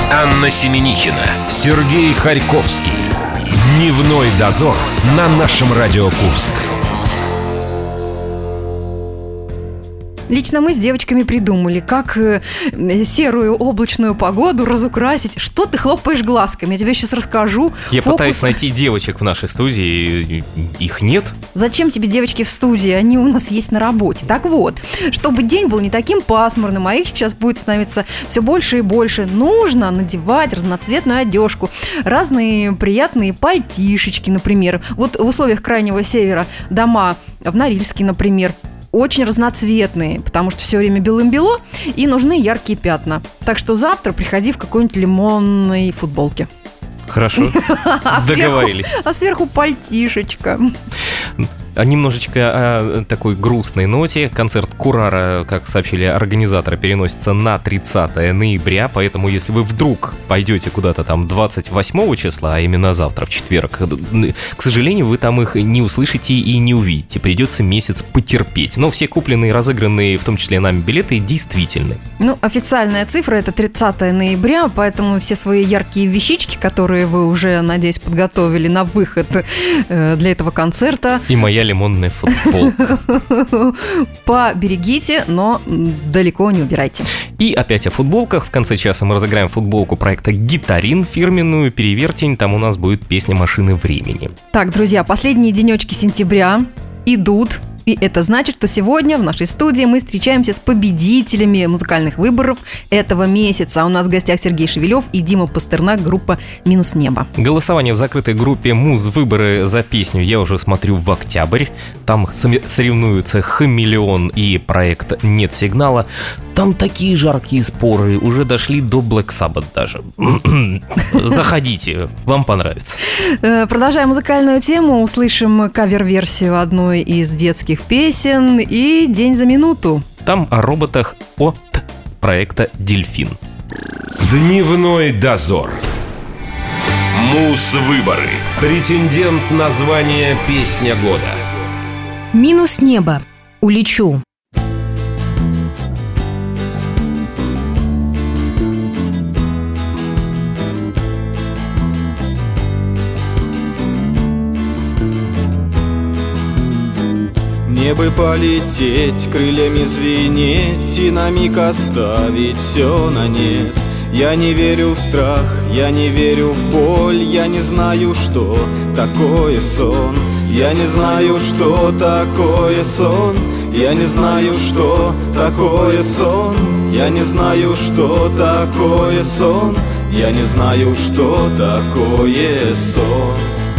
Анна Семенихина, Сергей Харьковский. Дневной дозор на нашем Радио Курск. Лично мы с девочками придумали, как серую облачную погоду разукрасить. Что ты хлопаешь глазками? Я тебе сейчас расскажу. Я пытаюсь найти девочек в нашей студии, их нет. Зачем тебе девочки в студии? Они у нас есть на работе. Так вот, чтобы день был не таким пасмурным, а их сейчас будет становиться все больше и больше, нужно надевать разноцветную одежку, разные приятные пальтишечки, например. Вот в условиях Крайнего Севера дома в Норильске, например, очень разноцветные, потому что все время белым-бело, и нужны яркие пятна. Так что завтра приходи в какой-нибудь лимонной футболке. Хорошо, договорились. А сверху пальтишечка. Немножечко о такой грустной ноте. Концерт Курара, как сообщили организаторы, переносится на 30 ноября. Поэтому, если вы вдруг пойдете куда-то там 28 числа, а именно завтра, в четверг, к сожалению, вы там их не услышите и не увидите. Придется месяц потерпеть. Но все купленные и разыгранные, в том числе нами, билеты действительны. Официальная цифра – это 30 ноября, поэтому все свои яркие вещички, которые вы уже, надеюсь, подготовили на выход для этого концерта. И моя лимонная футболка. Поберегите, но далеко не убирайте. И опять о футболках. В конце часа мы разыграем футболку проекта «Гитарин», фирменную «Перевертень». Там у нас будет песня «Машины времени». Так, друзья, последние денечки сентября идут. И это значит, что сегодня в нашей студии мы встречаемся с победителями музыкальных выборов этого месяца. У нас в гостях Сергей Шевелев и Дима Пастернак, группа «Минус небо». Голосование в закрытой группе «Муз-выборы» за песню я уже смотрю в октябрь. Там соревнуются «Хамелеон» и проект «Нет сигнала». Там такие жаркие споры, уже дошли до Black Sabbath даже. Заходите, вам понравится. Продолжаем музыкальную тему. Услышим кавер-версию одной из детских песен и «День за минуту». Там о роботах от проекта «Дельфин». Дневной дозор. Муз-выборы. Претендент на звание «Песня года». «Минус небо. Улечу». Мне бы полететь, крыльями звенеть и на миг оставить все на нет. Я не верю в страх, я не верю в боль, я не знаю, что такое сон. Я не знаю, что такое сон. Я не знаю, что такое сон. Я не знаю, что такое сон. Я не знаю, что такое сон.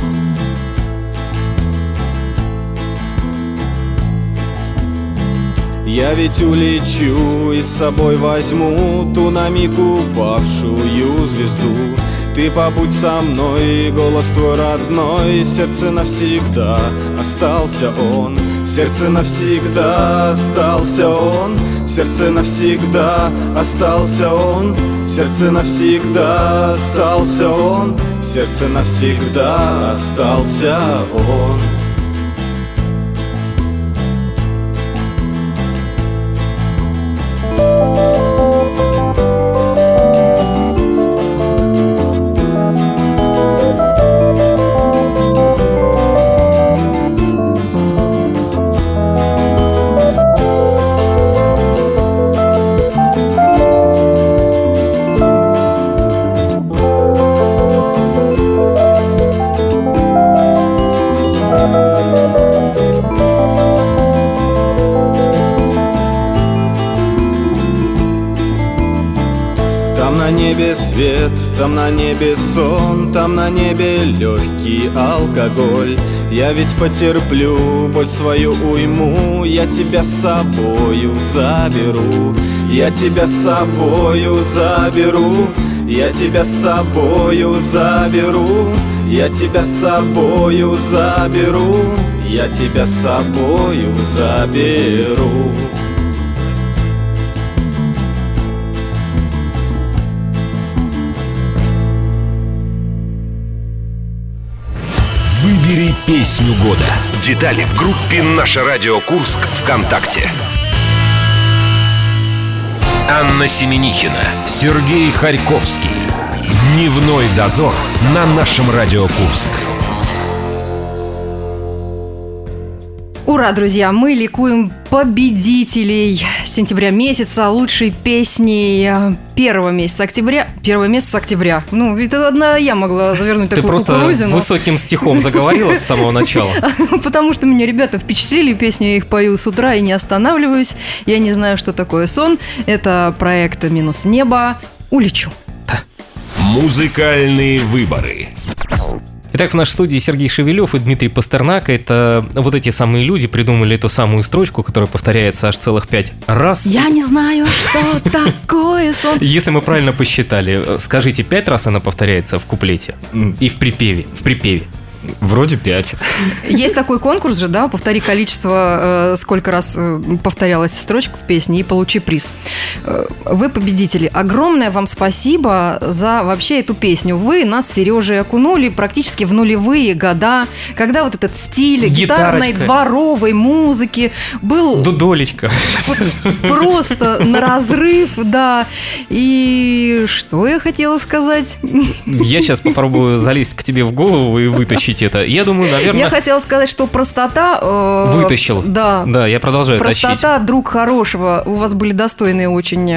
Я ведь улечу и с собой возьму ту на миг упавшую звезду. Ты побудь со мной, голос твой родной, в сердце навсегда остался он. В сердце навсегда остался он. В сердце навсегда остался он. В сердце навсегда остался он. В сердце навсегда остался он. Свет, там на небе сон, там на небе легкий алкоголь. Я ведь потерплю боль свою уйму, я тебя с собою заберу. Я тебя с собою заберу. Я тебя с собою заберу. Я тебя с собою заберу. Я тебя с собою заберу. Выбери песню года. Детали в группе «Наше Радио Курск» ВКонтакте. Анна Семенихина, Сергей Харьковский. Дневной дозор на нашем Радио Курск. Ура, друзья! Мы ликуем победителей сентября месяца, лучшей песней первого месяца октября. Ну, это одна я могла завернуть такую кукурузину. Ты просто высоким стихом заговорила с самого начала. Потому что меня ребята впечатлили, песню я их пою с утра и не останавливаюсь. Я не знаю, что такое сон. Это проект «Минус небо». Улечу. Музыкальные выборы. Итак, в нашей студии Сергей Шевелев и Дмитрий Пастернак. Это вот эти самые люди придумали эту самую строчку, которая повторяется аж целых 5 раз. Я не знаю, что такое сон. Если мы правильно посчитали, скажите, 5 раз она повторяется в куплете и в припеве. Вроде 5. Есть такой конкурс же, да? Повтори количество, сколько раз повторялась строчка в песне, и получи приз. Вы победители. Огромное вам спасибо за вообще эту песню. Вы нас с Сережей окунули практически в нулевые года, когда вот этот стиль гитарной дворовой музыки был... Дудолечка. Просто на разрыв, да. И что я хотела сказать? Я сейчас попробую залезть к тебе в голову и вытащить это. Я думаю, наверное... Я хотела сказать, что простота... Вытащил. Да. Да, я продолжаю тащить. Простота, друг хорошего. У вас были достойные очень...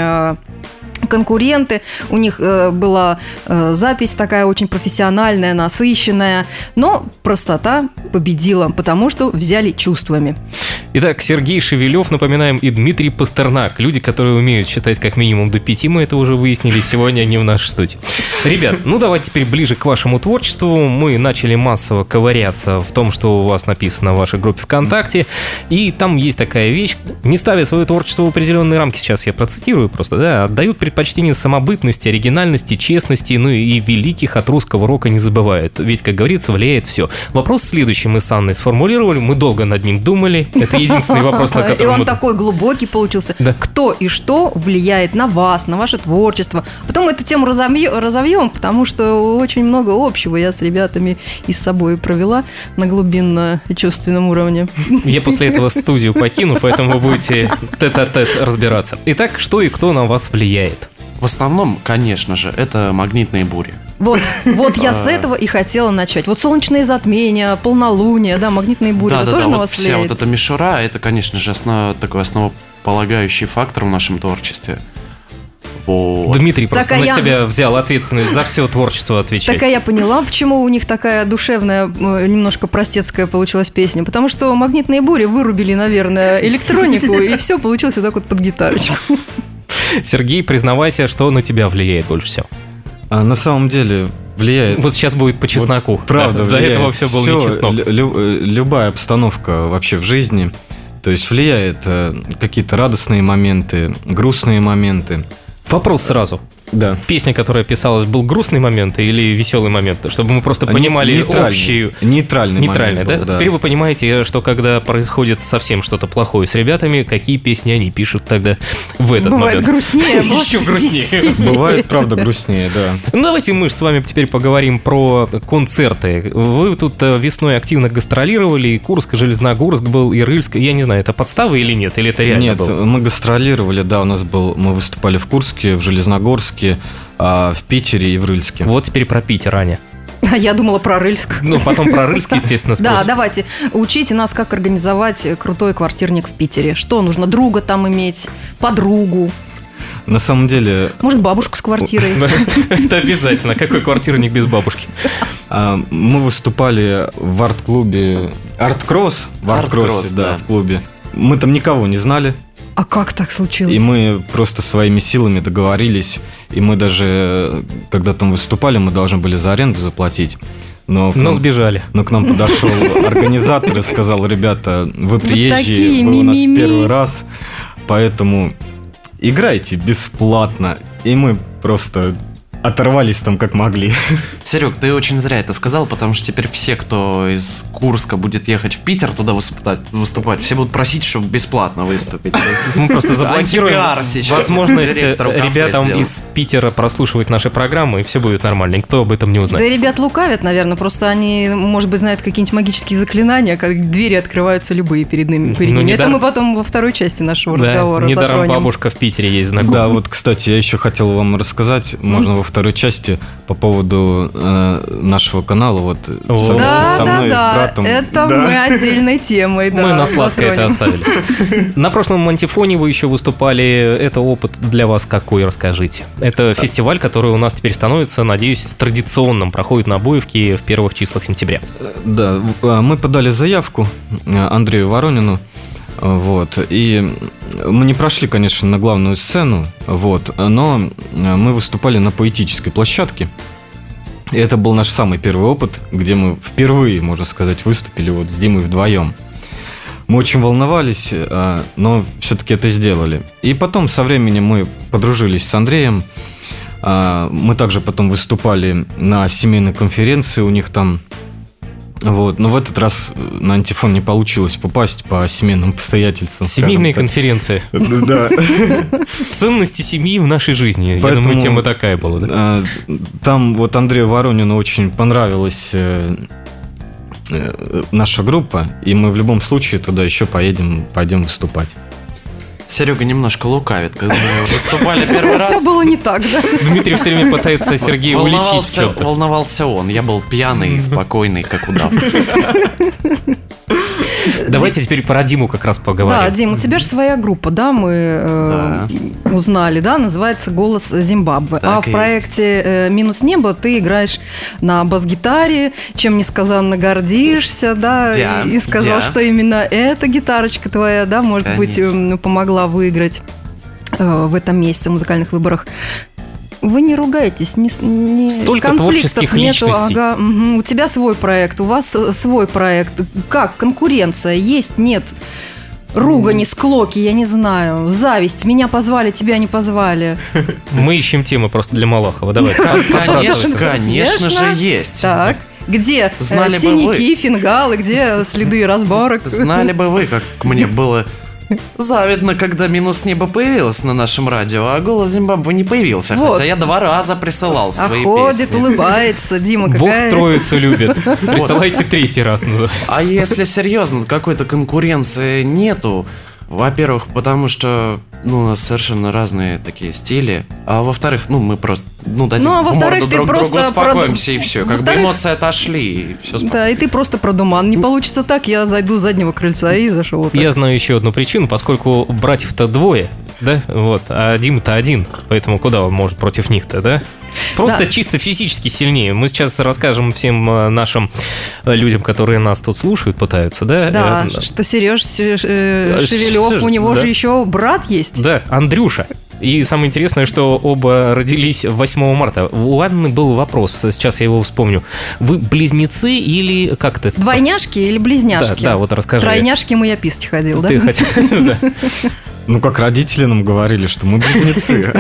конкуренты, у них была запись такая очень профессиональная, насыщенная, но простота победила, потому что взяли чувствами. Итак, Сергей Шевелев, напоминаем, и Дмитрий Пастернак. Люди, которые умеют считать как минимум до 5, мы это уже выяснили сегодня, они в нашей студии. Ребят, ну давайте теперь ближе к вашему творчеству. Мы начали массово ковыряться в том, что у вас написано в вашей группе ВКонтакте, и там есть такая вещь, не ставя свое творчество в определенные рамки, сейчас я процитирую просто, да, отдают предпочтение самобытности, оригинальности, честности, ну и великих от русского рока не забывают. Ведь, как говорится, влияет все. Вопрос следующий мы с Анной сформулировали, мы долго над ним думали. Это единственный вопрос, на который и он такой глубокий получился. Да. Кто и что влияет на вас, на ваше творчество? Потом эту тему разовьем, потому что очень много общего я с ребятами и с собой провела на глубинно-чувственном уровне. Я после этого студию покину, поэтому вы будете тет-а-тет разбираться. Итак, что и кто на вас влияет? В основном, конечно же, это магнитные бури. Вот я с этого и хотела начать. Вот солнечные затмения, полнолуние, да, магнитные бури, это тоже на вас влияет? Вся вот эта мишура, это, конечно же, такой основополагающий фактор в нашем творчестве. Вот. Дмитрий просто на себя взял ответственность за все творчество отвечать. Так я поняла, почему у них такая душевная, немножко простецкая получилась песня. Потому что магнитные бури вырубили, наверное, электронику, и все получилось вот так вот под гитарочку. Сергей, признавайся, что на тебя влияет больше всего. На самом деле влияет... Вот сейчас будет по чесноку. Вот, правда, до этого все было не чеснок. Любая обстановка вообще в жизни. То есть влияет какие-то радостные моменты, грустные моменты. Вопрос сразу. Да. Песня, которая писалась, был грустный момент или веселый момент? Чтобы мы просто понимали общую... Нейтральный момент да? был, да? Теперь вы понимаете, что когда происходит совсем что-то плохое с ребятами, какие песни они пишут тогда в этот момент? Бывает грустнее. Еще грустнее. Бывает, правда, грустнее, да. Ну, давайте мы с вами теперь поговорим про концерты. Вы тут весной активно гастролировали, и Курск, и Железногорск был, и Рыльск. Я не знаю, это подстава или нет? Или это реально было? Нет, мы гастролировали, да, мы выступали в Курске, в Железногорске, в Питере и в Рыльске. Вот теперь про Питер, Аня. Я думала про Рыльск. Ну, потом про Рыльск, естественно, спросим. Да, давайте, учите нас, как организовать крутой квартирник в Питере. Что нужно? Друга там иметь, подругу. На самом деле... Может, бабушку с квартирой. Это обязательно. Какой квартирник без бабушки? Мы выступали в арт-клубе Арт-кросс. В арт-кроссе, да, в клубе. Мы там никого не знали. А как так случилось? И мы просто своими силами договорились. И мы даже, когда там выступали, мы должны были за аренду заплатить. Но сбежали. Но к нам подошел организатор и сказал: ребята, вы приезжие, вы у нас первый раз, поэтому играйте бесплатно. И мы просто оторвались там как могли. Серег, ты очень зря это сказал, потому что теперь все, кто из Курска будет ехать в Питер туда выступать, все будут просить, чтобы бесплатно выступить. Мы просто заблокируем возможность ребятам из Питера прослушивать наши программы, и все будет нормально, никто об этом не Да узнает. и ребят лукавят, наверное, просто они, может быть, знают какие-нибудь магические заклинания, как двери открываются любые перед ними. Это мы потом во второй части нашего разговора недаром затронем. бабушка в Питере есть знакомая. Да, вот, кстати, я еще хотел вам рассказать, можно во второй части, по поводу нашего канала, вот совместно со мной и с братом. Это мы отдельной темой. Мы на сладкое это оставили. На прошлом Антифоне вы еще выступали. Это опыт для вас какой, расскажите? Это фестиваль, который у нас теперь становится, надеюсь, традиционным. Проходит на Боевке в первых числах сентября. Да, мы подали заявку Андрею Воронину. Вот, и мы не прошли, конечно, на главную сцену, вот, но мы выступали на поэтической площадке. И это был наш самый первый опыт, где мы впервые, можно сказать, выступили вот с Димой вдвоем. Мы очень волновались, но все-таки это сделали. И потом со временем мы подружились с Андреем. Мы также потом выступали на семейной конференции у них там. Вот, но в этот раз на Антифон не получилось попасть по семейным обстоятельствам. Семейные конференции. Да. Ценности семьи в нашей жизни. Поэтому, я думаю, тема такая была. Да? Там вот Андрею Воронину очень понравилась наша группа, и мы в любом случае туда еще пойдем выступать. Серега немножко лукавит, когда мы выступали первый раз. Все было не так, да? Дмитрий все время пытается Сергея уличить в чем-то. Волновался он, я был пьяный, спокойный, как удав. Давайте теперь про Диму как раз поговорим. Да, Дим, у тебя же своя группа, да, мы узнали, да, называется «Голос Зимбабве». Так а в проекте «Минус небо» ты играешь на бас-гитаре, чем несказанно гордишься, да, и сказал, что именно эта гитарочка твоя, да, может быть, помогла выиграть в этом месяце в музыкальных выборах. Вы не ругаетесь, столько конфликтов творческих нету. личностей. Ага, угу. У тебя свой проект, у вас свой проект. Как? Конкуренция? Есть? Нет? Ругани, склоки, я не знаю. Зависть. Меня позвали, тебя не позвали. Мы ищем темы просто для Малахова. Давай. Конечно же есть. Так. Где синяки, фингалы, где следы разборок? Знали бы вы, как мне было завидно, когда «Минус небо» появилась на нашем радио, а «Голос Зимбабве» не появился. Вот. Хотя я 2 раза присылал свои ходит, песни. улыбается. Дима, какая... Бог троицу любит. Присылайте 3-й раз, называется. А если серьезно, какой-то конкуренции нету. Во-первых, потому что у нас совершенно разные такие стили. А во-вторых, мы просто дадим в морду друг другу, успокоимся и все. Как бы эмоции отошли, и все спокойно. Да, и ты просто продуман. Не получится так, я зайду с заднего крыльца и зашел вот так. Я знаю еще одну причину, поскольку братьев-то 2, да, вот, а Дима-то 1, поэтому куда он может против них-то, да? Просто чисто физически сильнее. Мы сейчас расскажем всем нашим людям, которые нас тут слушают, пытаются, да? Да, что Сереж Шевелев, у него же еще брат есть. Да, Андрюша. И самое интересное, что оба родились 8 марта. У Анны был вопрос, сейчас я его вспомню. Вы близнецы или как-то? Двойняшки или близняшки? Да, вот расскажи. Тройняшки мы я писать ходил, да? Ты хотел, да. Ну, как родители нам говорили, что мы близнецы.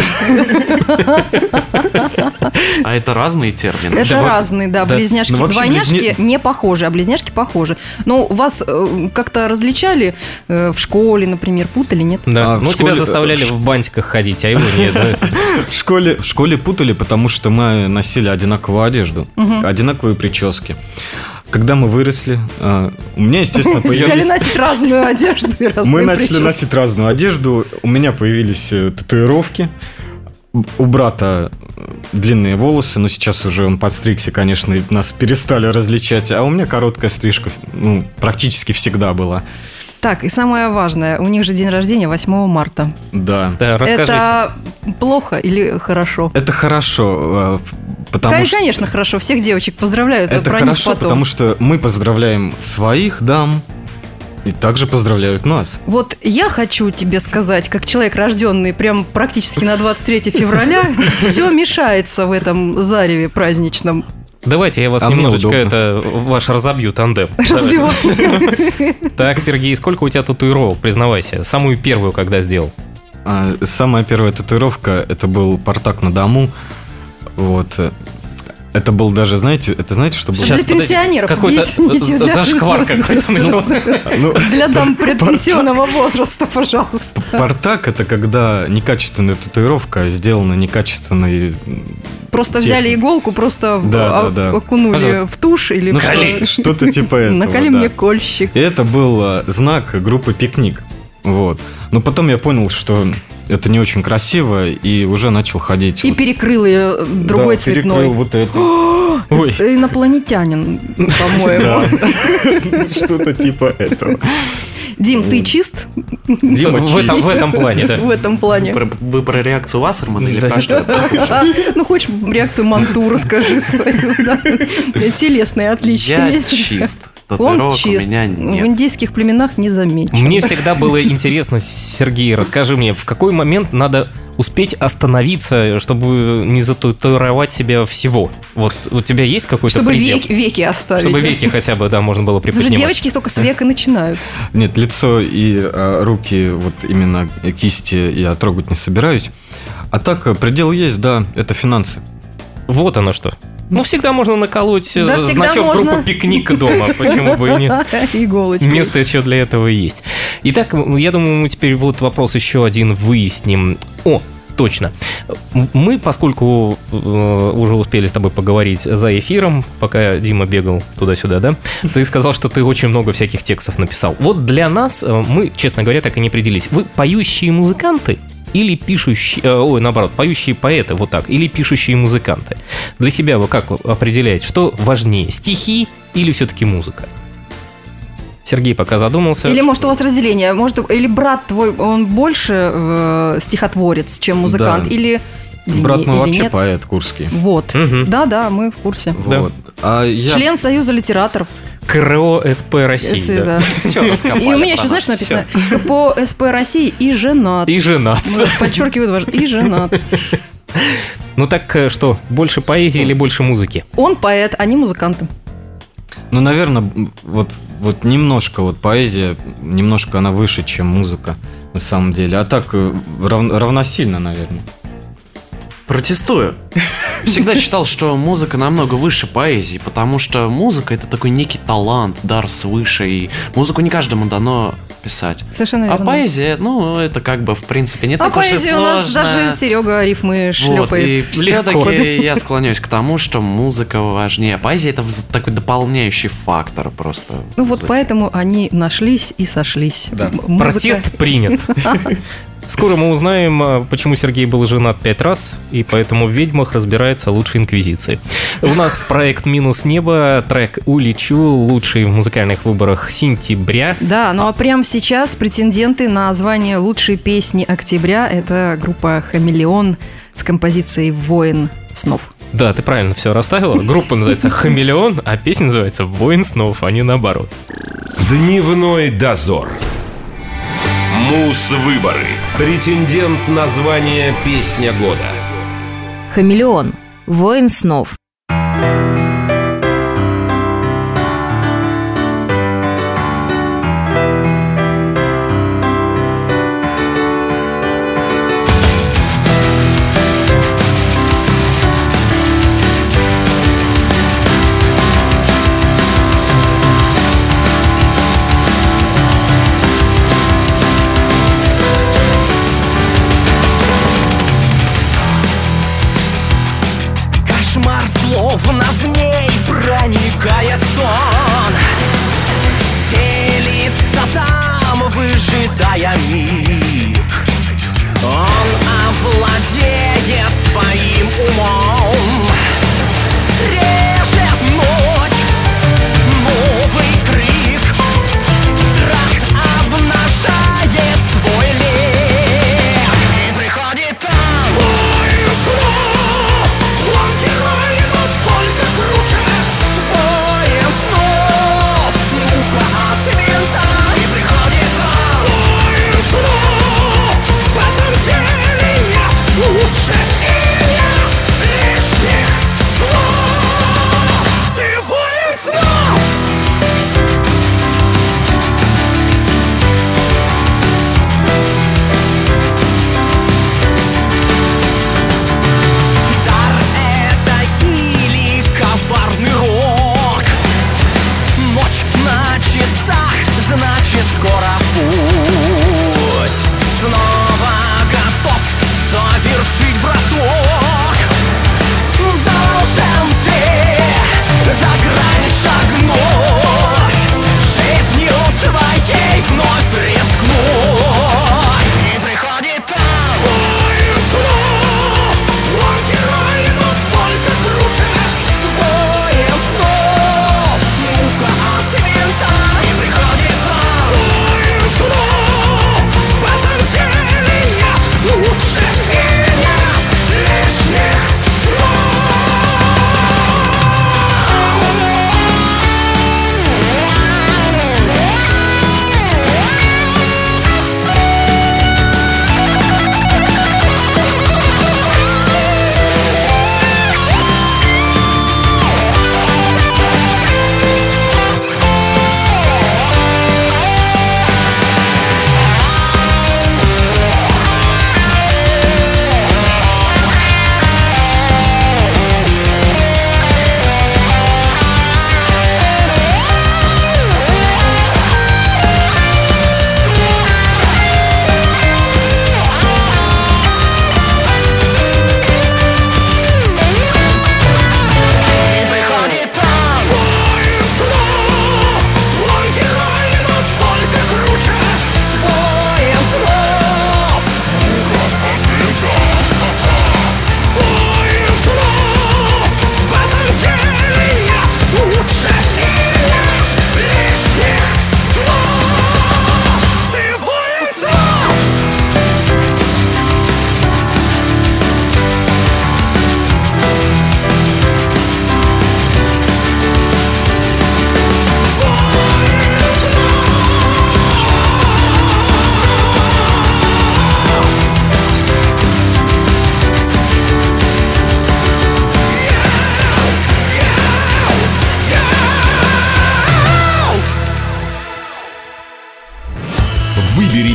А это разные термины? Это разные, да. Близняшки, двойняшки не похожи, а близняшки похожи. Но вас как-то различали в школе, например, путали, нет? Да, тебя заставляли в бантиках ходить, а его нет. В школе путали, потому что мы носили одинаковую одежду, одинаковые прически. Когда мы выросли, у меня, естественно, появились... Стали носить разную одежду и разные Мы начали носить разную одежду, у меня появились татуировки, у брата длинные волосы, но сейчас уже он подстригся, конечно, и нас перестали различать, а у меня короткая стрижка, практически всегда была. Так, и самое важное, у них же день рождения 8 марта. Да. Расскажите. Это плохо или хорошо? Это хорошо, потому что... Конечно, хорошо, всех девочек поздравляют. Это хорошо, потому что мы поздравляем своих дам, и также поздравляют нас. Вот я хочу тебе сказать, как человек, рожденный прям практически на 23 февраля, все мешается в этом зареве праздничном. Давайте я вас немножечко ваш разобью тандем. Разбивай. Так, Сергей, сколько у тебя татуировок, признавайся? Самую первую когда сделал? Самая первая татуировка, это был «Партак на дому». Вот. Это был даже, знаете, что было? Сейчас, для пенсионеров. Какой-то зашквар какой-то. Для дам предпенсионного возраста, пожалуйста. Партак — это когда некачественная татуировка сделана некачественной... Просто взяли иголку, просто окунули в тушь или... Что-то типа этого. Наколи мне кольщик. И это был знак группы «Пикник». Вот. Но потом я понял, что это не очень красиво, и уже начал ходить. И перекрыл ее другой цветной. Перекрыл вот это. Ой. Это инопланетянин, по-моему. Что-то типа этого. Дим, ты чист? Дима чист. В этом плане, да. В этом плане. Вы про реакцию Вассермана или про что? Ну, хочешь реакцию Манту расскажи свою, да? Телесные отличия. Я чист. Он чист. В индейских племенах не замечен. Мне всегда было интересно, Сергей, расскажи мне, в какой момент надо успеть остановиться, чтобы не зататуировать себя всего? Вот у тебя есть какой-то предел? Чтобы веки оставить. Чтобы веки хотя бы, да, можно было приподнимать. Потому что девочки только с века начинают. Нет, лицо и руки, вот именно кисти я трогать не собираюсь. А так, предел есть, да, это финансы. Вот оно что. Ну, всегда можно наколоть значок можно. Группы «Пикник» дома. Почему бы и нет? Иголочку. Место еще для этого есть. Итак, я думаю, мы теперь вот вопрос еще один выясним. Точно. Мы, поскольку уже успели с тобой поговорить за эфиром, пока Дима бегал туда-сюда, да, ты сказал, что ты очень много всяких текстов написал. Вот для нас, мы, честно говоря, так и не определились. Вы поющие музыканты? Или пишущие, наоборот, поющие поэты, вот так, или пишущие музыканты. Для себя вы как определяете, что важнее, стихи или все-таки музыка? Сергей пока задумался. Или, может, у вас разделение, или брат твой, он больше стихотворец, чем музыкант, да. или брат мой вообще нет? поэт курский. Вот, да, мы в курсе. Вот. А Член Союза литераторов. КРО СП России. Да. Все раскопали. И у меня еще, знаешь, что написано? КПО СП России и женат. И женат. Подчеркиваю важно. И женат. Ну так что, больше поэзии или больше музыки? Он поэт, они музыканты. Ну, наверное, вот немножко вот поэзия, немножко она выше, чем музыка, на самом деле. А так равносильно, наверное. Протестую. Всегда считал, что музыка намного выше поэзии, потому что музыка — это такой некий талант, дар свыше, и музыку не каждому дано писать. Совершенно верно. А поэзия, это как бы, в принципе, не так уж и сложно. А поэзия у нас даже Серега рифмы шлепает. Вот, и все-таки я склоняюсь к тому, что музыка важнее. Поэзия — это такой дополняющий фактор просто. Ну вот поэтому они нашлись и сошлись. Да. Протест принят. Скоро мы узнаем, почему Сергей был женат 5 раз, и поэтому в ведьмах разбирается лучше инквизиции. У нас проект «Минус небо», трек «Улечу», лучший в музыкальных выборах сентября. Да, ну а прямо сейчас претенденты на звание лучшей песни октября – это группа «Хамелеон» с композицией «Воин снов». Да, ты правильно все расставила. Группа называется «Хамелеон», а песня называется «Воин снов», а не наоборот. Дневной дозор. Муз-выборы. Претендент на звание «Песня года». «Хамелеон. Воин снов». Словно змей проникает сон, селится там, выжидая миг. Он овладеет твоим умом, режет ночь, новый крик, страх обнажает свой лик. И приходит там воин снов, он герой. Воин снов, мука от винта. И приходит он, воин снов. В этом деле нет лучше и нет.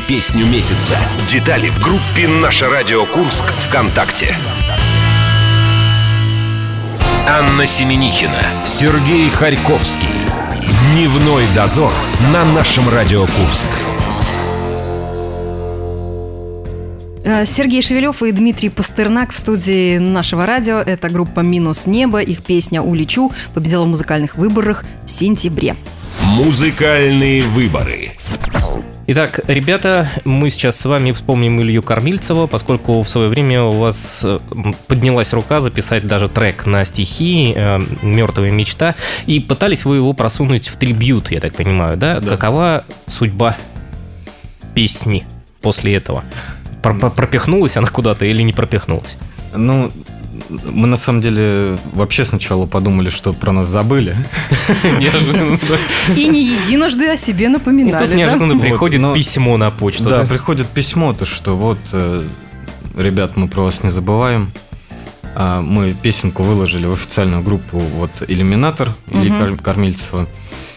песню месяца. Детали в группе «Наше радио Курск» ВКонтакте. Анна Семенихина, Сергей Харьковский. Дневной дозор на нашем радио Курск. Сергей Шевелев и Дмитрий Пастернак в студии нашего радио. Это группа «Минус небо». Их песня «Улечу» победила в музыкальных выборах в сентябре. Музыкальные выборы. Итак, ребята, мы сейчас с вами вспомним Илью Кормильцева, поскольку в свое время у вас поднялась рука записать даже трек на стихи «Мертвая мечта», и пытались вы его просунуть в трибьют, я так понимаю, да? Да. Какова судьба песни после этого? Пропихнулась она куда-то или не пропихнулась? Ну, мы на самом деле вообще сначала подумали, что про нас забыли. И не единожды о себе напоминали. И тут неожиданно приходит письмо на почту. Да, приходит письмо, то что вот, ребят, мы про вас не забываем. Мы песенку выложили в официальную группу вот «Иллюминатор» Ильи Кормильцева.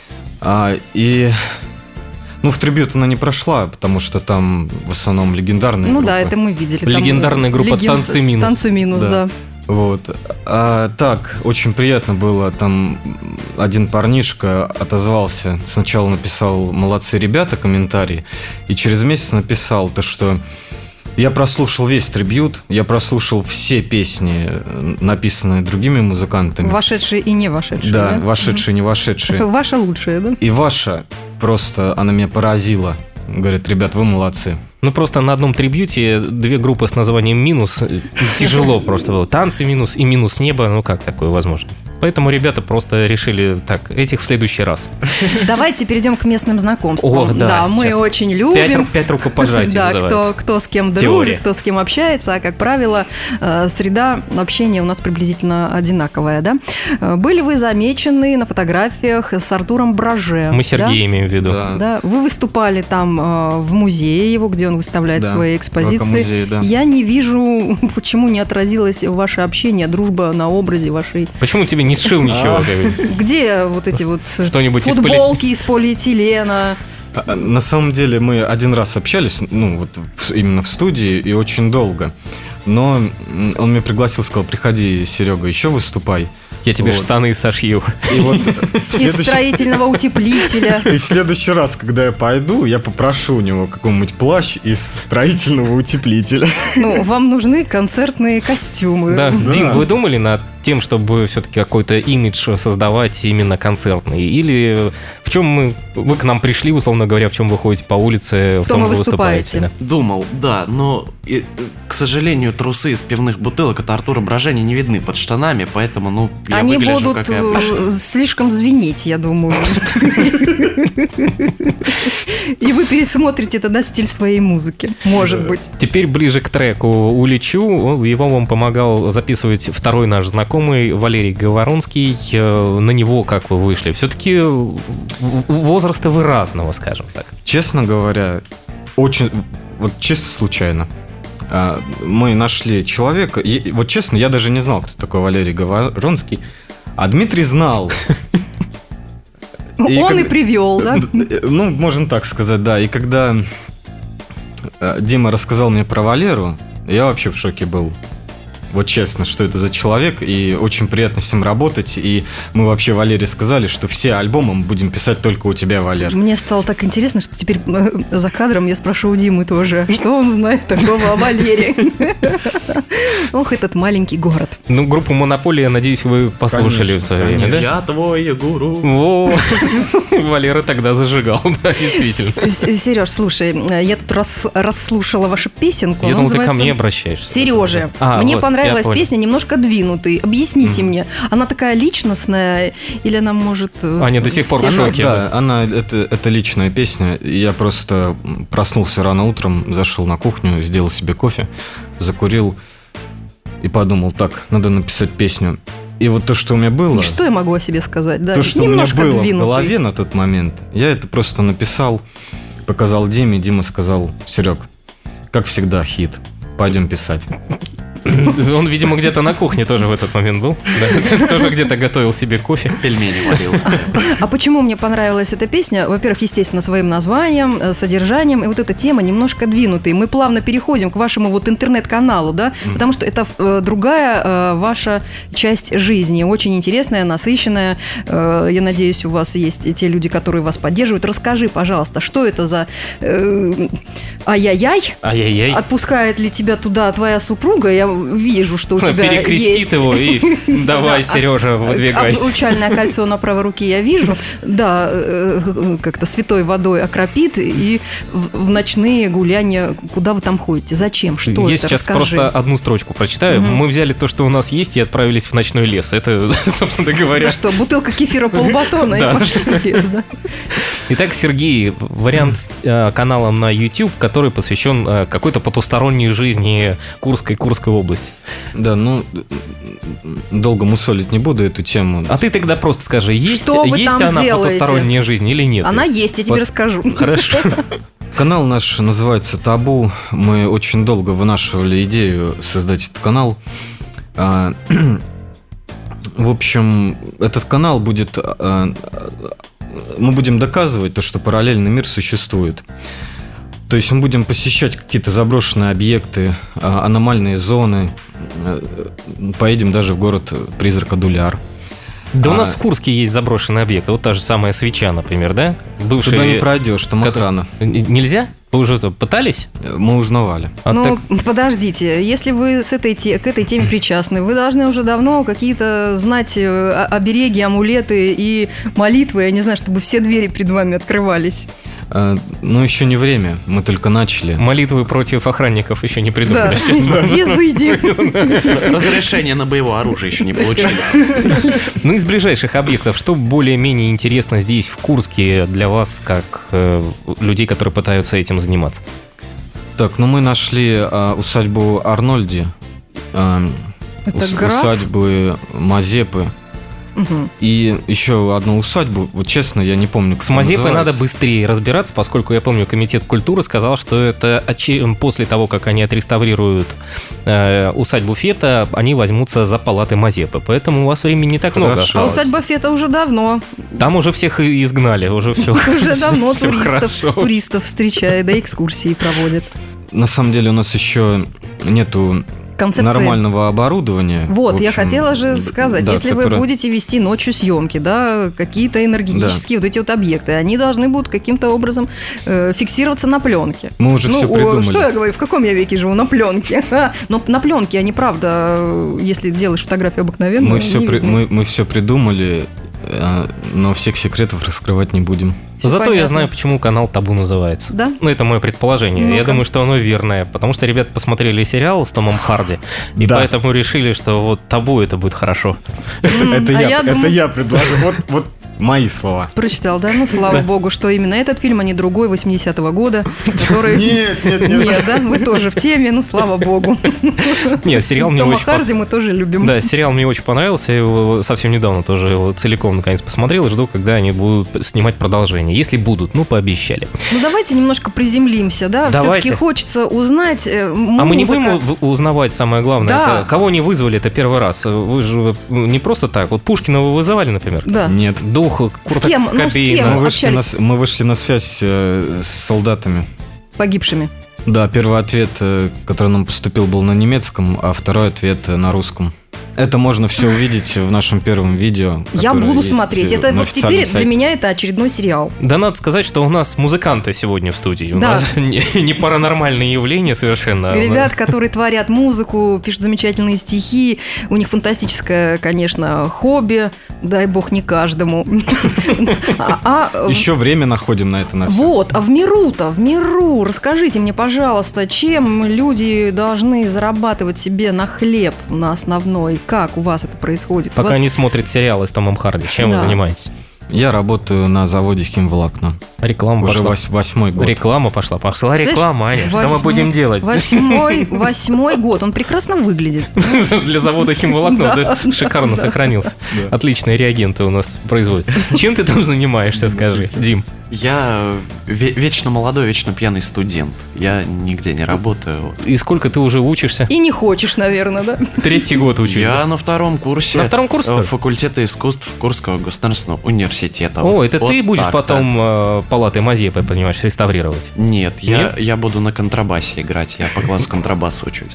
И... Ну, в трибьют она не прошла, потому что там в основном легендарные группы. Ну да, это мы видели. Легендарная группа «Танцы минус». «Танцы минус», да. Вот. Так, очень приятно было. Там один парнишка отозвался. Сначала написал «Молодцы, ребята», комментарий. И через месяц написал то, что я прослушал весь трибьют, я прослушал все песни, написанные другими музыкантами. Вошедшие и не вошедшие. Да, вошедшие, не вошедшие. Ваша лучшая, да? И ваша просто, она меня поразила. Говорит, ребят, вы молодцы. Ну, просто на одном трибьюте две группы с названием «Минус». Тяжело просто было. «Танцы минус» и «Минус небо». Ну, как такое возможно? Поэтому ребята просто решили, так, этих в следующий раз. Давайте перейдем к местным знакомствам. О, да, мы очень любим. 5 рукопожатий называется. Кто с кем дружит, кто с кем общается. А, как правило, среда общения у нас приблизительно одинаковая, да? Были вы замечены на фотографиях с Артуром Браже. Мы Сергея имеем в виду. Да. Вы выступали там в музее его, где он выставляет свои экспозиции. Я не вижу, почему не отразилось ваше общение, дружба на образе вашей. Почему тебе не сшил ничего? Где вот эти вот что-нибудь футболки из полиэтилена? На самом деле мы один раз общались, ну вот именно в студии, и очень долго. Но он меня пригласил, сказал, приходи, Серега, еще выступай. Я тебе штаны сошью. Из строительного утеплителя. И в следующий раз, когда я пойду, я попрошу у него какой-нибудь плащ из строительного утеплителя. Ну, вам нужны концертные костюмы. Да. Дим, вы думали над тем, чтобы все-таки какой-то имидж создавать именно концертный? Или в чем вы к нам пришли, условно говоря, в чем вы ходите по улице, в том вы выступаете? Да? Думал, да, но, к сожалению, трусы из пивных бутылок от Артура Браже не видны под штанами, поэтому, я они выгляжу, будут как и обычно. Слишком звенеть, я думаю. И вы пересмотрите тогда стиль своей музыки, может быть. Теперь ближе к треку «Улечу». Его вам помогал записывать второй наш знакомый Валерий Говоронский. На него как вы вышли? Все-таки возраста вы разного, скажем так. Честно говоря, очень, вот чисто случайно. Мы нашли человека, и, вот честно, я даже не знал, кто такой Валерий Говоронский, а Дмитрий знал. Он и привел, да? Ну, можно так сказать, да. И когда Дима рассказал мне про Валеру, я вообще в шоке был. Вот честно, что это за человек, и очень приятно с ним работать. И мы вообще Валере сказали, что все альбомы мы будем писать только у тебя, Валер. Мне стало так интересно, что теперь за кадром я спрошу у Димы тоже, что он знает такого о Валере. Ох, этот маленький город. Ну, группу «Монополия», надеюсь, вы послушали в свое время, да? Я твой гуру. О, Валера тогда зажигал, да, действительно. Сереж, слушай, я тут расслушала вашу песенку. Я думал, ты ко мне обращаешься. Сережа, мне понравилась песня «Немножко двинутый». Объясните мне, она такая личностная или она может... Аня до сих пор в шоке. Да, это личная песня. Я просто проснулся рано утром, зашел на кухню, сделал себе кофе, закурил и подумал, так, надо написать песню. И вот то, что у меня было... И что я могу о себе сказать? Да? То, что немножко у меня было двинутый. в голове на тот момент, я это просто написал, показал Диме, Дима сказал, Серег, как всегда, хит, пойдем писать. Он, видимо, где-то на кухне тоже в этот момент был. Тоже где-то готовил себе кофе. Пельмени варил. А почему мне понравилась эта песня? Во-первых, естественно, своим названием, содержанием. И вот эта тема немножко двинутая. Мы плавно переходим к вашему вот интернет-каналу, да? Потому что это другая ваша часть жизни. Очень интересная, насыщенная. Я надеюсь, у вас есть те люди, которые вас поддерживают. Расскажи, пожалуйста, что это за ай-яй-яй? Ай-яй-яй. Отпускает ли тебя туда твоя супруга? Я вижу, что у тебя перекрестит есть... его и давай, Сережа, выдвигайся. Обручальное кольцо на правой руке я вижу. Да, как-то святой водой окропит, и в ночные гуляния, куда вы там ходите? Зачем? Что я это? сейчас Расскажи. просто одну строчку прочитаю. Мы взяли то, что у нас есть, и отправились в ночной лес. Это, собственно говоря... Да что, бутылка кефира полбатона и пошли в лес, да? Итак, Сергей, вариант с каналом на YouTube, который посвящен какой-то потусторонней жизни Курской области. Да, ну, долго мусолить не буду эту тему. А ты тогда просто скажи, есть Что вы там она делаете? потусторонняя жизнь или нет? Она есть, я тебе Вот. расскажу. Хорошо. Канал наш называется «Табу». Мы очень долго вынашивали идею создать этот канал. В общем, этот канал будет... Мы будем доказывать то, что параллельный мир существует. То есть мы будем посещать какие-то заброшенные объекты, аномальные зоны. Поедем даже в город-призрак Адуляр. Да у нас в Курске есть заброшенные объекты. Вот та же самая свеча, например, да? Бывшие... Туда не пройдешь, там охрана. Нельзя? Вы уже пытались? Мы узнавали. Подождите, если вы к этой теме причастны, вы должны уже давно какие-то знать обереги, амулеты и молитвы, я не знаю, чтобы все двери перед вами открывались. Ну, еще не время, мы только начали. Молитвы против охранников еще не придумали. Изыди. Разрешение на боевое оружие еще не получили. Ну, из ближайших объектов, что более-менее интересно здесь, в Курске, для вас, как людей, которые пытаются этим заниматься? Так, ну мы нашли усадьбу Арнольди, усадьбы Мазепы. И еще одну усадьбу, вот честно, я не помню, как с Мазепой надо быстрее разбираться, поскольку я помню, комитет культуры сказал, что это после того, как они отреставрируют усадьбу Фета, они возьмутся за палаты Мазепы. Поэтому у вас времени не так много осталось. А усадьба Фета уже давно. Там уже всех изгнали, уже все. Уже давно туристов встречает, да, экскурсии проводят. На самом деле у нас еще нету нормального оборудования. Вот, я хотела же сказать, да, если вы будете вести ночью съемки, да, какие-то энергетические вот эти вот объекты, они должны будут каким-то образом фиксироваться на пленке. Мы уже все придумали. Что я говорю, в каком я веке живу? На пленке. Но на пленке, они, правда, если делаешь фотографию обыкновенную, мы все придумали, но всех секретов раскрывать не будем. Зато понятно. Я знаю, почему канал «Табу» называется. Да? Ну, это мое предположение. Ну-ка. Я думаю, что оно верное, потому что ребята посмотрели сериал с Томом Харди, и поэтому решили, что вот «Табу» это будет хорошо. Это я предложил. Вот мои слова. Прочитал, да? Ну, слава богу, что именно этот фильм, а не другой 80-го года, который... Нет. Нет, да? Мы тоже в теме, ну, слава богу. Нет, сериал мне Тома очень... Харди мы тоже любим. Да, сериал мне очень понравился. Я его совсем недавно тоже его целиком наконец посмотрел и жду, когда они будут снимать продолжение. Если будут, ну, пообещали. Ну, давайте немножко приземлимся, да? Давайте. Все-таки хочется узнать музыка. А мы не будем узнавать самое главное? Да. Это, кого не вызвали это первый раз? Вы же не просто так. Вот Пушкина вы вызывали, например? Да. Нет. Дух Курта С кем? Ну, с кем? Кобейна. Мы вышли на связь с солдатами. Погибшими. Да, первый ответ, который нам поступил, был на немецком, а второй ответ на русском. Это можно все увидеть в нашем первом видео. Я буду смотреть. Это вот теперь для меня это очередной сериал. Да, надо сказать, что у нас музыканты сегодня в студии. У Да. нас не паранормальные явления совершенно. Ребят, которые творят музыку, пишут замечательные стихи. У них фантастическое, конечно, хобби. Дай бог не каждому. Еще время находим на это, на все. Вот, а в миру, расскажите мне, пожалуйста, чем люди должны зарабатывать себе на хлеб, на основной? Как у вас это происходит? Пока не смотрит сериалы с Томом Харди. Чем вы занимаетесь? Я работаю на заводе «Химволокно». Реклама уже пошла. 8-й год. Реклама пошла. Пошла реклама, Аня. Что мы будем делать? 8-й год. Он прекрасно выглядит. Для завода «Химволокно» да, шикарно сохранился. Отличные реагенты у нас производят. Чем ты там занимаешься, скажи, Дим? Я вечно молодой, вечно пьяный студент. Я нигде не работаю. И сколько ты уже учишься? И не хочешь, наверное, да? 3-й год учишься. Я на 2-м курсе. На 2-м курсе? Факультета искусств Курского государственного университета. О, это вот ты будешь потом палаты Мазепы, понимаешь, реставрировать? Нет, я буду на контрабасе играть. Я по классу контрабаса учусь.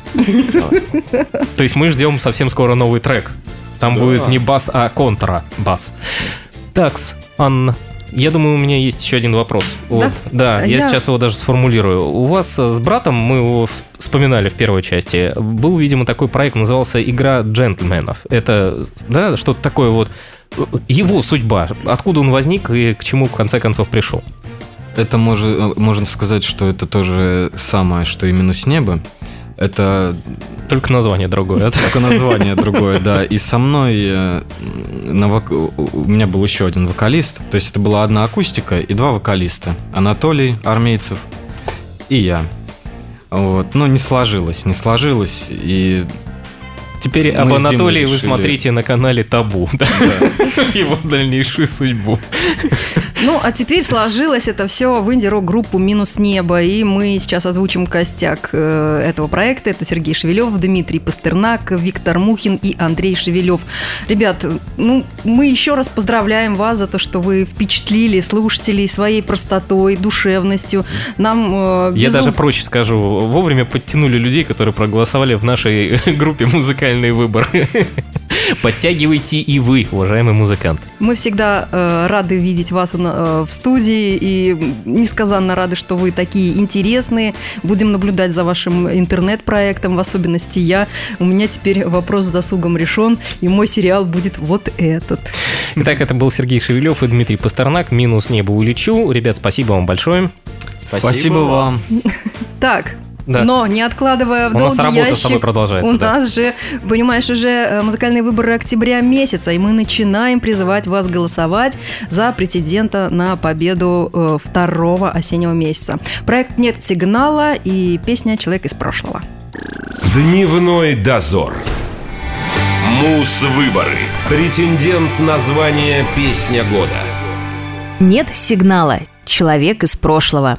То есть мы ждем совсем скоро новый трек. Там будет не бас, а контрабас. Такс, Анна. Я думаю, у меня есть еще один вопрос. Вот, да, я сейчас его даже сформулирую. У вас с братом, мы его вспоминали в первой части, был, видимо, такой проект, назывался «Игра джентльменов». Это, да, что-то такое вот, его судьба, откуда он возник и к чему, в конце концов, пришел? Это можно сказать, что это то же самое, что и «Минус небо». Это... Только название другое. Только название другое, да. И со мной у меня был еще один вокалист. То есть это была одна акустика и 2 вокалиста. Анатолий Армейцев и я. Вот. Но не сложилось. И... Теперь об Анатолии вы смотрите на канале Табу. Да? Его дальнейшую судьбу. Ну, а теперь сложилось это все в инди-рок-группу «Минус небо». И мы сейчас озвучим костяк этого проекта. Это Сергей Шевелев, Дмитрий Пастернак, Виктор Мухин и Андрей Шевелев. Ребят, мы еще раз поздравляем вас за то, что вы впечатлили слушателей своей простотой, душевностью. Я даже проще скажу. Вовремя подтянули людей, которые проголосовали в нашей группе «Музыкальный выбор». Подтягивайте и вы, уважаемый музыкант. Мы всегда рады видеть вас в студии и несказанно рады, что вы такие интересные. Будем наблюдать за вашим интернет-проектом, в особенности я. У меня теперь вопрос с досугом решен, и мой сериал будет вот этот. Итак, это был Сергей Шевелев и Дмитрий Пастернак. «Минус небо улечу». Ребят, спасибо вам большое. Спасибо вам. Так. Да. Но не откладывая в долгий ящик, работа с тобой продолжается. У нас же, понимаешь, уже музыкальные выборы октября месяца, и мы начинаем призывать вас голосовать за претендента на победу 2-го осеннего месяца. Проект «Нет сигнала» и песня «Человек из прошлого». Дневной дозор. Муз-выборы. Претендент на звание «Песня года». Нет сигнала. Человек из прошлого.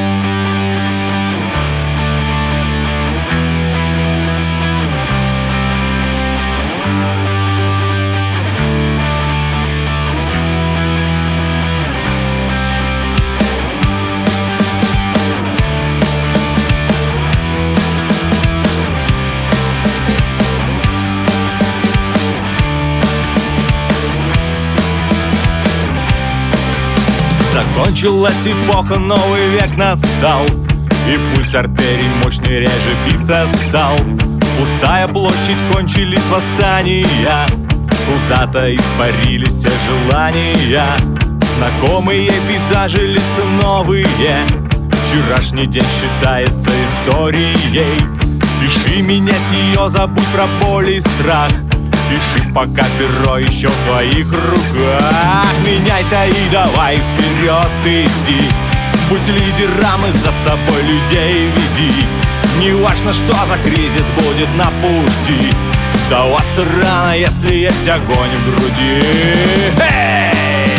Закончилась эпоха, новый век настал, и пульс артерий мощный реже биться стал. Пустая площадь, кончились восстания, куда-то испарились все желания. Знакомые пейзажи, лица новые, вчерашний день считается историей. Спеши менять ее, забудь про боль и страх. Пиши, пока перо еще в твоих руках. Меняйся и давай вперед иди. Будь лидером и за собой людей веди. Не важно, что за кризис будет на пути. Сдаваться рано, если есть огонь в груди. Эй!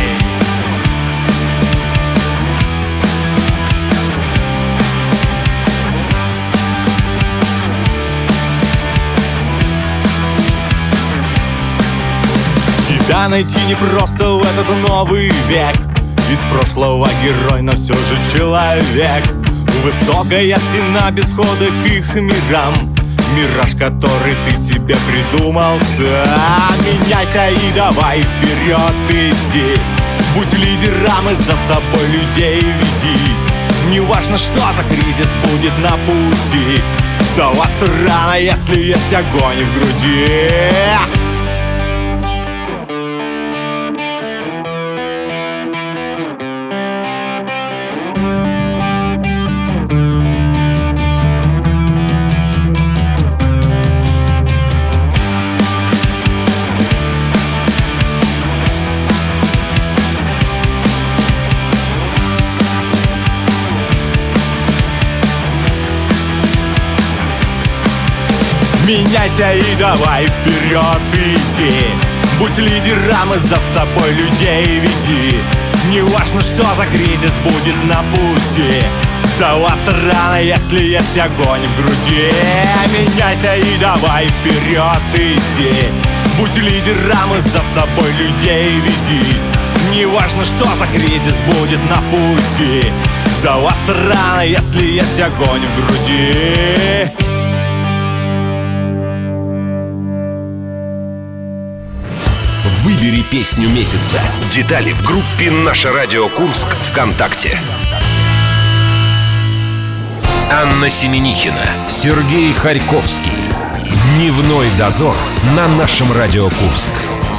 Себя найти непросто в этот новый век. Из прошлого герой, но все же человек. Высокая стена без хода к их мирам. Мираж, который ты себе придумал сам. Меняйся и давай вперед иди. Будь лидером и за собой людей веди. Не важно, что за кризис будет на пути. Сдаваться рано, если есть огонь в груди. Меняйся и давай вперед иди. Будь лидером и за собой людей веди. Неважно, что за кризис будет на пути, сдаваться рано, если есть огонь в груди. Меняйся и давай вперед иди, будь лидером и за собой людей веди. Неважно, что за кризис будет на пути, сдаваться рано, если есть огонь в груди. Выбери песню месяца. Детали в группе «Наше Радио Курск» ВКонтакте. Анна Семенихина, Сергей Харьковский. Дневной дозор на нашем Радио Курск.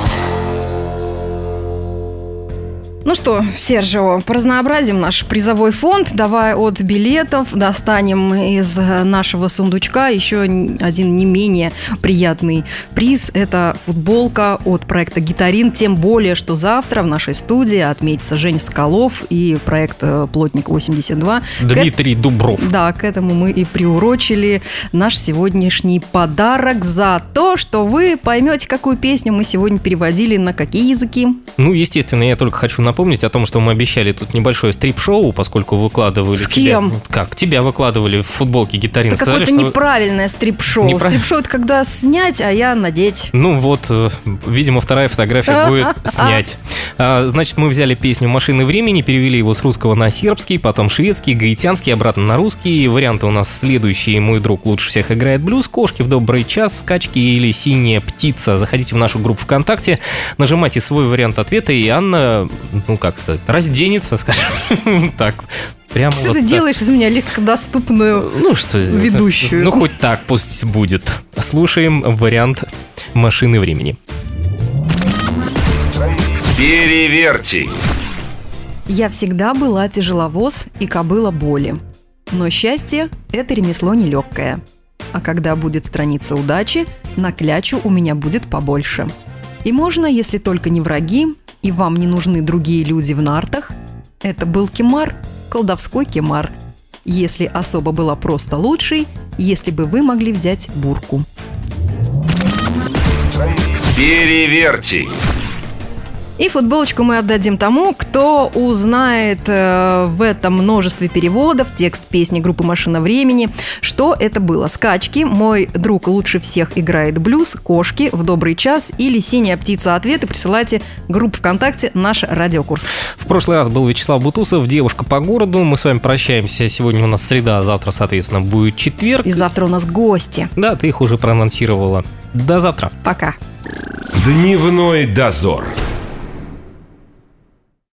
Ну что, Сержио, поразнообразим наш призовой фонд. Давай от билетов достанем из нашего сундучка еще один не менее приятный приз. Это футболка от проекта «Гитарин». Тем более, что завтра в нашей студии отметится Женя Соколов и проект «Плотник-82». Дмитрий Дубров. Да, к этому мы и приурочили наш сегодняшний подарок за то, что вы поймете, какую песню мы сегодня переводили на какие языки. Ну, естественно, я только хочу напомнить о том, что мы обещали тут небольшое стрип-шоу, поскольку выкладывали С тебя. кем? Как? Тебя выкладывали в футболке «Гитарин». Это какое-то неправильное стрип-шоу. Стрип-шоу — это когда снять, а я надеть. Ну вот, видимо, вторая фотография будет снять. Значит, мы взяли песню «Машины времени», перевели его с русского на сербский, потом шведский, гаитянский, обратно на русский. Варианты у нас следующие. «Мой друг лучше всех играет блюз», «Кошки в добрый час», «Скачки» или «Синяя птица». Заходите в нашу группу ВКонтакте, нажимайте свой вариант ответа, и Анна, ну как сказать, разденется, скажем так. Прямо что вот ты так делаешь из меня легкодоступную ведущую? Ну, хоть так пусть будет. Слушаем вариант «Машины времени». Переверьте. Я всегда была тяжеловоз и кобыла боли. Но счастье – это ремесло нелегкое. А когда будет страница удачи, на клячу у меня будет побольше. И можно, если только не враги, и вам не нужны другие люди в нартах. Это был кемар, колдовской кемар. Если особо была просто лучшей, если бы вы могли взять бурку. Переверьте. И футболочку мы отдадим тому, кто узнает в этом множестве переводов текст песни группы «Машина времени», что это было. «Скачки», «Мой друг лучше всех играет блюз», «Кошки в добрый час» или «Синяя птица». Ответы присылайте в группу ВКонтакте «Наш Радио Курск». В прошлый раз был Вячеслав Бутусов, «Девушка по городу». Мы с вами прощаемся. Сегодня у нас среда, а завтра, соответственно, будет четверг. И завтра у нас гости. Да, ты их уже проанонсировала. До завтра. Пока. Дневной дозор.